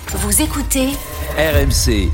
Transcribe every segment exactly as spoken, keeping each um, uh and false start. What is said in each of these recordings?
Vous écoutez R M C.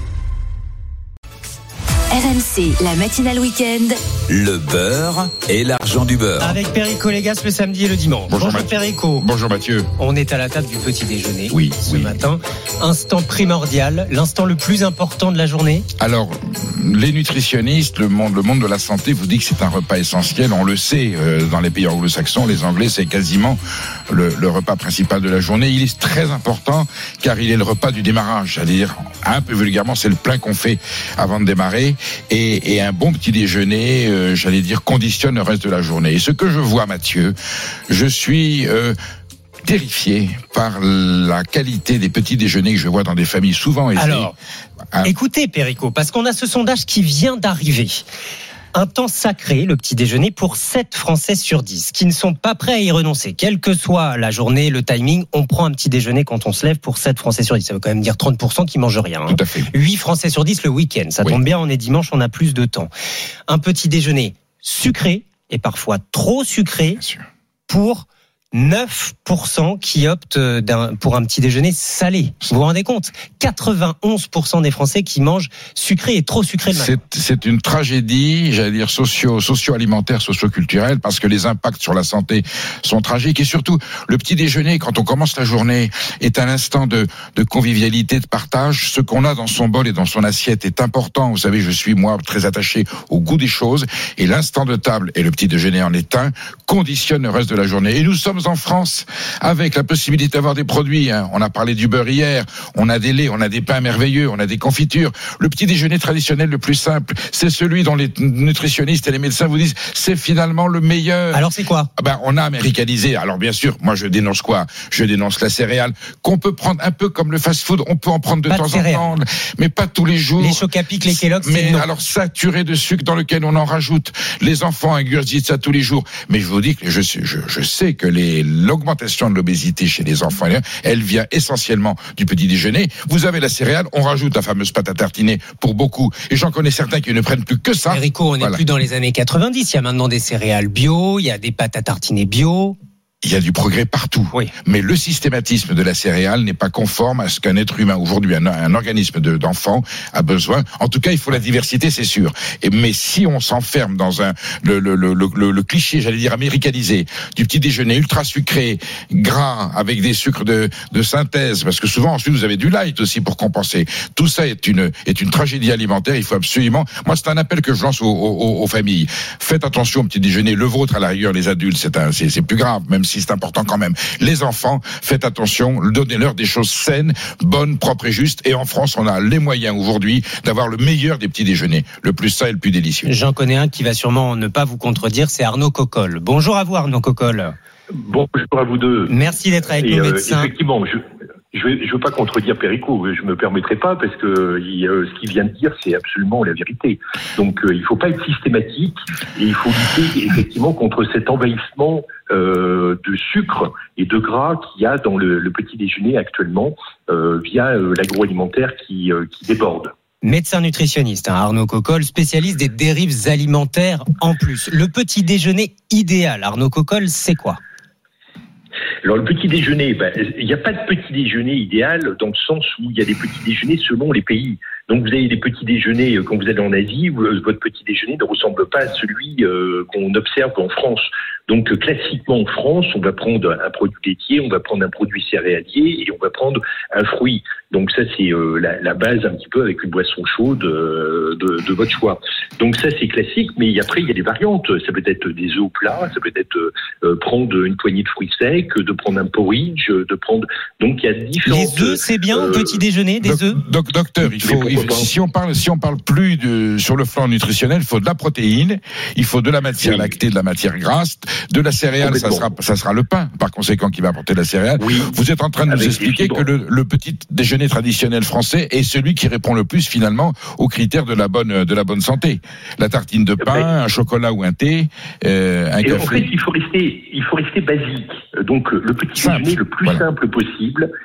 R M C, la matinale week-end. Le beurre et l'argent du beurre. Avec Perico Légas le samedi et le dimanche. Bonjour, Bonjour Mathieu. Perico. Bonjour Mathieu. On est à la table du petit déjeuner. Oui, ce oui. matin. Instant primordial, l'instant le plus important de la journée. Alors, les nutritionnistes, le monde, le monde de la santé vous dit que c'est un repas essentiel. On le sait, euh, dans les pays anglo-saxons, les Anglais, c'est quasiment le, le repas principal de la journée. Il est très important car il est le repas du démarrage. C'est-à-dire, un peu vulgairement, c'est le plein qu'on fait avant de démarrer. Et, et un bon petit déjeuner, euh, j'allais dire, conditionne le reste de la journée. Et ce que je vois, Mathieu, je suis euh, terrifié par la qualité des petits déjeuners que je vois dans des familles souvent aisées. Alors, Ah. écoutez Perico, parce qu'on a ce sondage qui vient d'arriver. Un temps sacré, le petit déjeuner, pour sept Français sur dix qui ne sont pas prêts à y renoncer. Quelle que soit la journée, le timing, on prend un petit déjeuner quand on se lève pour sept Français sur dix. Ça veut quand même dire trente pour cent qui mangent rien. Hein. Tout à fait. huit Français sur dix le week-end. Ça Oui. tombe bien, on est dimanche, on a plus de temps. Un petit déjeuner sucré, et parfois trop sucré, Bien sûr. pour neuf pour cent qui optent d'un, pour un petit déjeuner salé. Vous vous rendez compte ? quatre-vingt-onze pour cent des Français qui mangent sucré et trop sucré le matin. C'est, c'est une tragédie, j'allais dire socio, socio-alimentaire, socio-culturelle, parce que les impacts sur la santé sont tragiques. Et surtout, le petit déjeuner, quand on commence la journée, est un instant de, de convivialité, de partage. Ce qu'on a dans son bol et dans son assiette est important. Vous savez, je suis, moi, très attaché au goût des choses. Et l'instant de table, et le petit déjeuner en est un, conditionne le reste de la journée. Et nous sommes en France, avec la possibilité d'avoir des produits. Hein. On a parlé du beurre hier, on a des laits, on a des pains merveilleux, on a des confitures. Le petit déjeuner traditionnel le plus simple, c'est celui dont les nutritionnistes et les médecins vous disent c'est finalement le meilleur. Alors c'est quoi ? Ah ben, on a américanisé. Alors bien sûr, moi je dénonce quoi ? Je dénonce la céréale, qu'on peut prendre un peu comme le fast-food, on peut en prendre de Pas de temps céréales. en temps, mais pas tous les jours. Les Chocapic, les Kellogg's, c'est Mais non. alors saturé de sucre dans lequel on en rajoute. Les enfants ingurgitent ça tous les jours. Mais je vous dis que je, je, je sais que les, l'augmentation de l'obésité chez les enfants, elle vient essentiellement du petit déjeuner. Vous avez la céréale, on rajoute la fameuse pâte à tartiner pour beaucoup. Et j'en connais certains qui ne prennent plus que ça. Perico, on n'est Voilà. plus dans les années quatre-vingt-dix. Il y a maintenant des céréales bio, il y a des pâtes à tartiner bio. Il y a du progrès partout. Oui. Mais le systématisme de la céréale n'est pas conforme à ce qu'un être humain aujourd'hui, un, un organisme de, d'enfant a besoin. En tout cas, il faut la diversité, c'est sûr. Et, mais si on s'enferme dans un le, le, le, le, le cliché, j'allais dire américanisé, du petit déjeuner ultra sucré, gras, avec des sucres de, de synthèse, parce que souvent ensuite vous avez du light aussi pour compenser. Tout ça est une est une tragédie alimentaire. Il faut absolument. Moi, c'est un appel que je lance aux, aux, aux familles. Faites attention au petit déjeuner. Le vôtre, à la rigueur, les adultes, c'est un, c'est, c'est plus grave, même si c'est important quand même. Les enfants, faites attention, donnez-leur des choses saines, bonnes, propres et justes. Et en France, on a les moyens aujourd'hui d'avoir le meilleur des petits déjeuners, le plus sain et le plus délicieux. J'en connais un qui va sûrement ne pas vous contredire, c'est Arnaud Cocolle. Bonjour à vous Arnaud Cocolle. Bonjour à vous deux. Merci d'être avec Et, nous, euh, médecin. Effectivement, je je ne veux pas contredire Perico, je me permettrai pas parce que il, euh, ce qu'il vient de dire, c'est absolument la vérité. Donc euh, il ne faut pas être systématique et il faut lutter effectivement contre cet envahissement euh, de sucre et de gras qu'il y a dans le, le petit déjeuner actuellement euh, via euh, l'agroalimentaire qui, euh, qui déborde. Médecin nutritionniste, hein, Arnaud Cocolle, spécialiste des dérives alimentaires en plus. Le petit déjeuner idéal, Arnaud Cocolle, c'est quoi ? Alors le petit déjeuner, ben, il n'y a pas de petit déjeuner idéal dans le sens où il y a des petits déjeuners selon les pays. Donc vous avez des petits déjeuners quand vous allez en Asie, vous, votre petit déjeuner ne ressemble pas à celui euh, qu'on observe en France. Donc euh, classiquement en France, on va prendre un produit laitier, on va prendre un produit céréalier et on va prendre un fruit. Donc ça c'est euh, la, la base un petit peu avec une boisson chaude euh, de, de votre choix. Donc ça c'est classique, mais après il y a des variantes. Ça peut être des œufs plats, ça peut être euh, prendre une poignée de fruits secs, de prendre un porridge, de prendre. Donc il y a différentes. Les œufs, c'est bien au euh, petit déjeuner, des Doc, œufs. doc, docteur, il faut, il, si on parle, si on parle plus de, sur le plan nutritionnel, il faut de la protéine, il faut de la matière Oui. lactée, de la matière grasse, de la céréale, ça sera, ça sera le pain, par conséquent, qui va apporter la céréale. Oui. Vous êtes en train de nous Avec expliquer des que le, le petit déjeuner traditionnel français est celui qui répond le plus, finalement, aux critères de la bonne, de la bonne santé. La tartine de pain, Ouais. un chocolat ou un thé, euh, un Et café. en fait, il faut rester, il faut rester basique. Donc, le petit Simple. déjeuner le plus Voilà. simple possible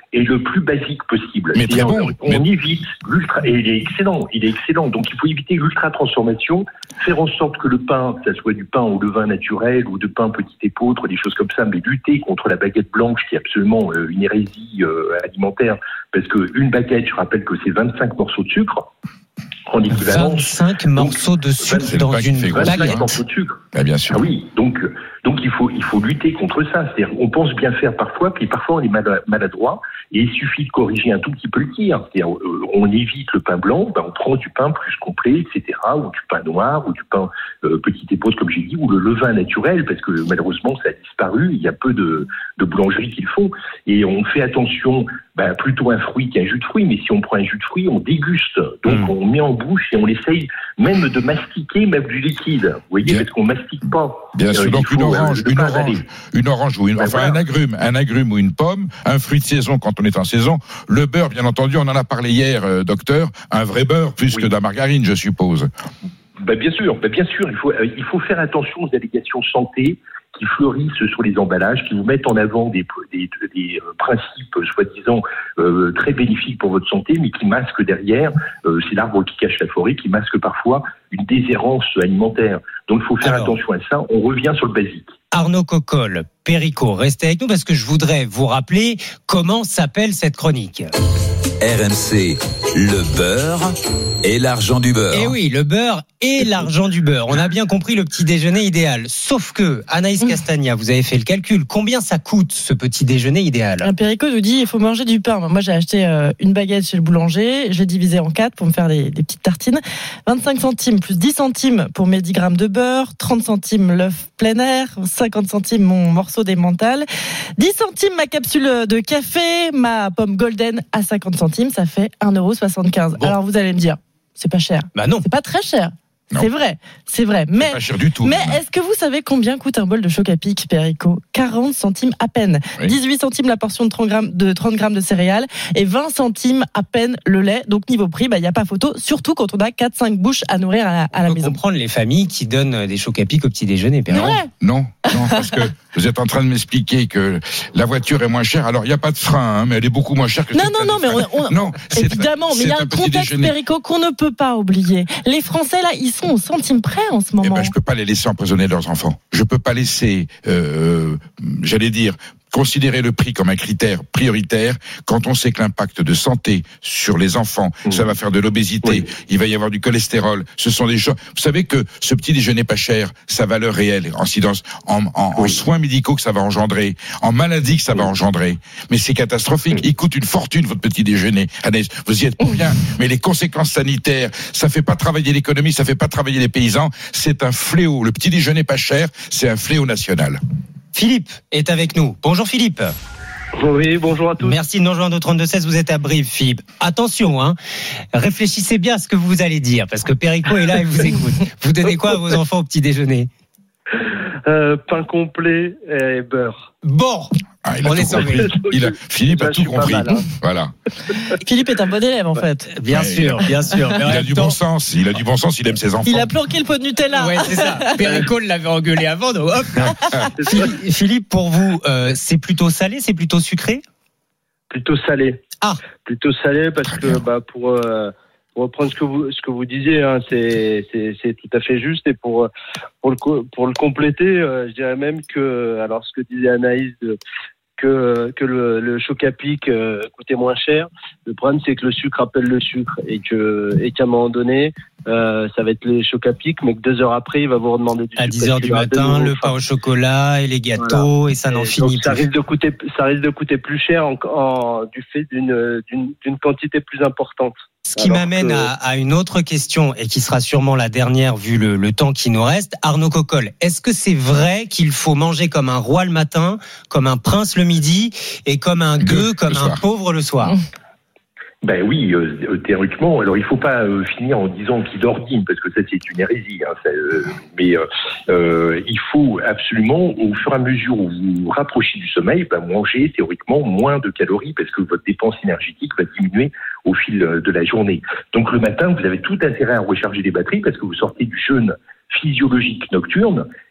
est le plus basique possible. Mais très bon. On, on mais... évite l'ultra, et il est excellent, il est excellent. Donc il faut éviter l'ultra transformation, faire en sorte que le pain, que ça soit du pain au levain naturel ou de pain petit épeautre, des choses comme ça, mais lutter contre la baguette blanche qui est absolument euh, une hérésie euh, alimentaire, parce que une baguette, je rappelle que c'est vingt-cinq morceaux de sucre. En équivalence. vingt-cinq morceaux de sucre dans une baguette. morceaux de sucre. Ah, bien sûr. Ah oui, donc, donc il faut, il faut lutter contre ça. C'est-à-dire, on pense bien faire parfois, puis parfois on est maladroit, et il suffit de corriger un tout petit peu le tir. C'est-à-dire, on évite le pain blanc, ben on prend du pain plus complet, et cetera, ou du pain noir, ou du pain euh, petit épeautre, comme j'ai dit, ou le levain naturel, parce que malheureusement ça a disparu. Il y a peu de, de boulangeries qui le font, et on fait attention. Ben, plutôt un fruit qu'un jus de fruit, mais si on prend un jus de fruit, on déguste. Donc mmh. on met en bouche et on essaye même de mastiquer même du liquide. Vous voyez, bien. Parce qu'on mastique pas. Bien euh, sûr, donc une orange, une orange, une orange ou une, ben enfin voilà. un agrume, un agrume ou une pomme, un fruit de saison quand on est en saison. Le beurre, bien entendu, on en a parlé hier, euh, docteur, un vrai beurre plus oui. que de la margarine, je suppose. Ben bien sûr, ben bien sûr, il faut, euh, il faut faire attention aux allégations santé qui fleurissent sur les emballages, qui vous mettent en avant des, des, des principes soi-disant euh, très bénéfiques pour votre santé, mais qui masquent derrière, euh, c'est l'arbre qui cache la forêt, qui masque parfois une déshérence alimentaire. Donc il faut faire Alors, attention à ça, on revient sur le basique. Arnaud Cocolle, Perico, restez avec nous parce que je voudrais vous rappeler comment s'appelle cette chronique. R M C, le beurre et l'argent du beurre. Eh oui, le beurre et l'argent du beurre. On a bien compris le petit déjeuner idéal. Sauf que, Anaïs Castagna, vous avez fait le calcul. Combien ça coûte ce petit déjeuner idéal ? Un Perico nous dit il faut manger du pain. Moi, j'ai acheté euh, une baguette chez le boulanger. Je l'ai divisée en quatre pour me faire des, des petites tartines. vingt-cinq centimes plus dix centimes pour mes dix grammes de beurre. trente centimes l'œuf plein air. cinquante centimes mon morceau d'emmental. dix centimes ma capsule de café. Ma pomme golden à cinquante centimes. Ça fait un euro soixante-quinze. Bon. Alors vous allez me dire, c'est pas cher. Bah non. C'est pas très cher. Non. C'est vrai, c'est vrai. Mais, c'est pas cher du tout. Mais est-ce que vous savez combien coûte un bol de choc à pic, Perico ? quarante centimes à peine. Oui. dix-huit centimes la portion de trente grammes de, trente grammes de céréales et vingt centimes à peine le lait. Donc niveau prix, il bah, n'y a pas photo, surtout quand on a quatre cinq bouches à nourrir à la, à la on peut maison. Comprendre les familles qui donnent des chocs à pic au petit déjeuner, Perico. Non, non, parce que vous êtes en train de m'expliquer que la voiture est moins chère. Alors il n'y a pas de frein, hein, mais elle est beaucoup moins chère que. Non, non, non, mais on, on, non, évidemment, mais il y a un contexte, Perico, qu'on ne peut pas oublier. Les Français là, ils sont au centime près en ce moment. Eh ben, je peux pas les laisser empoisonner leurs enfants. Je peux pas laisser, euh, j'allais dire, considérer le prix comme un critère prioritaire quand on sait que l'impact de santé sur les enfants, mmh. ça va faire de l'obésité, oui. il va y avoir du cholestérol. Ce sont des choses. Vous savez que ce petit déjeuner pas cher, sa valeur réelle, incidence en, en, oui. en soins médicaux que ça va engendrer, en maladies que ça oui. va engendrer. Mais c'est catastrophique. Oui. Il coûte une fortune votre petit déjeuner. Anaïs, vous y êtes pour rien. Mais les conséquences sanitaires, ça fait pas travailler l'économie, ça fait pas travailler les paysans. C'est un fléau. Le petit déjeuner pas cher, c'est un fléau national. Philippe est avec nous. Bonjour Philippe. Oui, bonjour à tous. Merci de nous rejoindre au trente-deux seize, vous êtes à Brive, Philippe. Attention, hein, réfléchissez bien à ce que vous allez dire, parce que Perico est là et vous écoute. Vous donnez quoi à vos enfants au petit déjeuner ? euh, Pain complet et beurre. Bon, ah, il a on est sauvé. Il a, Philippe a tout compris. Mal, hein. Voilà. Philippe est un bon élève en fait. Bien ouais, sûr, bien sûr. Il a du temps, bon sens. Il a du bon sens. Il aime ses enfants. Il a planqué le pot de Nutella. Ouais, c'est ça. Perico l'avait engueulé avant. Donc hop. Philippe, pour vous, euh, c'est plutôt salé, c'est plutôt sucré ? Plutôt salé. Ah. Plutôt salé parce Très que bien. bah pour. Euh, Pour reprendre ce que vous ce que vous disiez, hein, c'est c'est c'est tout à fait juste. Et pour pour le pour le compléter, euh, je dirais même que alors ce que disait Anaïs de, que que le, le choc à pic euh, coûtait moins cher. Le problème c'est que le sucre appelle le sucre et que et qu'à un moment donné euh, ça va être les chocs à pic, mais que deux heures après il va vous redemander du à sucre. dix heures du matin, le pain au chocolat et les gâteaux voilà. Et ça n'en et finit donc, plus. Ça risque de coûter ça risque de coûter plus cher en, en du fait d'une d'une d'une quantité plus importante. Ce qui Alors m'amène que... à, à une autre question et qui sera sûrement la dernière vu le, le temps qui nous reste. Arnaud Cocolle, est-ce que c'est vrai qu'il faut manger comme un roi le matin, comme un prince le midi et comme un gueux, comme un pauvre le soir ? Ben oui, euh, théoriquement. Alors il faut pas euh, finir en disant qu'il ordine parce que ça c'est une hérésie. Hein, ça, euh, mais euh, euh, il faut absolument, au fur et à mesure où vous vous rapprochez du sommeil, ben, manger théoriquement moins de calories parce que votre dépense énergétique va diminuer au fil de la journée. Donc le matin, vous avez tout intérêt à recharger les batteries parce que vous sortez du jeûne physiologique nocturne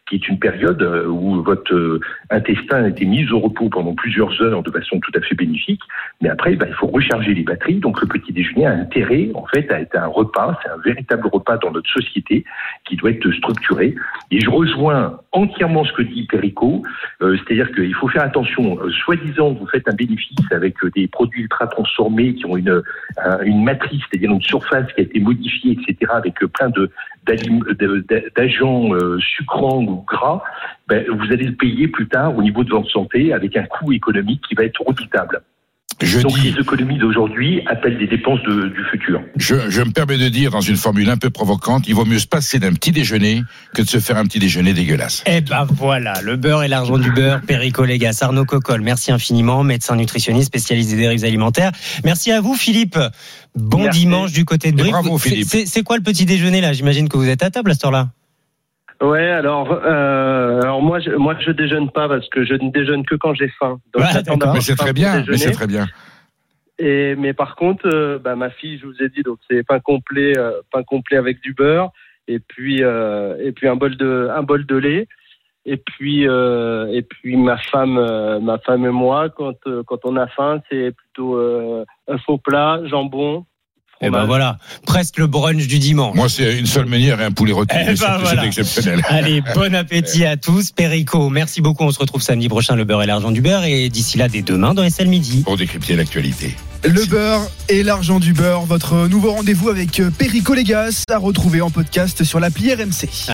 qui est une période où votre intestin a été mis au repos pendant plusieurs heures de façon tout à fait bénéfique. Mais après, bah, il faut recharger les batteries. Donc, le petit déjeuner a intérêt, en fait, à être un repas. C'est un véritable repas dans notre société qui doit être structuré. Et je rejoins entièrement ce que dit Perico. Euh, c'est-à-dire qu'il faut faire attention. Euh, soi-disant, vous faites un bénéfice avec euh, des produits ultra transformés qui ont une, un, une matrice, c'est-à-dire une surface qui a été modifiée, et cetera, avec euh, plein de, de, d'agents euh, sucrants ou gras. Ben, vous allez le payer plus tard au niveau de votre santé avec un coût économique qui va être redoutable. Je Donc dis, les économies d'aujourd'hui appellent des dépenses de, du futur. Je, je me permets de dire, dans une formule un peu provocante, il vaut mieux se passer d'un petit déjeuner que de se faire un petit déjeuner dégueulasse. Eh ben voilà, le beurre et l'argent du beurre, Perico Légas, Arnaud Cocolle, merci infiniment, médecin nutritionniste spécialiste des dérives alimentaires. Merci à vous Philippe, bon Merci. Dimanche du côté de Brive. Bravo Philippe. C'est, c'est quoi le petit déjeuner là? J'imagine que vous êtes à table à cette heure-là. Ouais, alors, euh, alors moi, je, moi, je déjeune pas parce que je ne déjeune que quand j'ai faim. Donc, Ouais, j'attends d'accord. d'avoir Mais c'est faim très pour bien, mais déjeuner. c'est très bien. Et mais par contre, euh, bah, ma fille, je vous ai dit, donc c'est pain complet, euh, pain complet avec du beurre, et puis euh, et puis un bol de un bol de lait, et puis euh, et puis ma femme, euh, ma femme et moi, quand euh, quand on a faim, c'est plutôt euh, un faux plat, jambon. Eh ben voilà, presque le brunch du dimanche. Moi, c'est une seule meunière et un poulet rôti. Eh ben c'est, voilà. c'est exceptionnel. Allez, bon appétit à tous. Perico, merci beaucoup. On se retrouve samedi prochain, le beurre et l'argent du beurre. Et d'ici là, dès demain dans S L Midi. Pour décrypter l'actualité. Le beurre et l'argent du beurre, votre nouveau rendez-vous avec Perico Légas à retrouver en podcast sur l'appli R M C.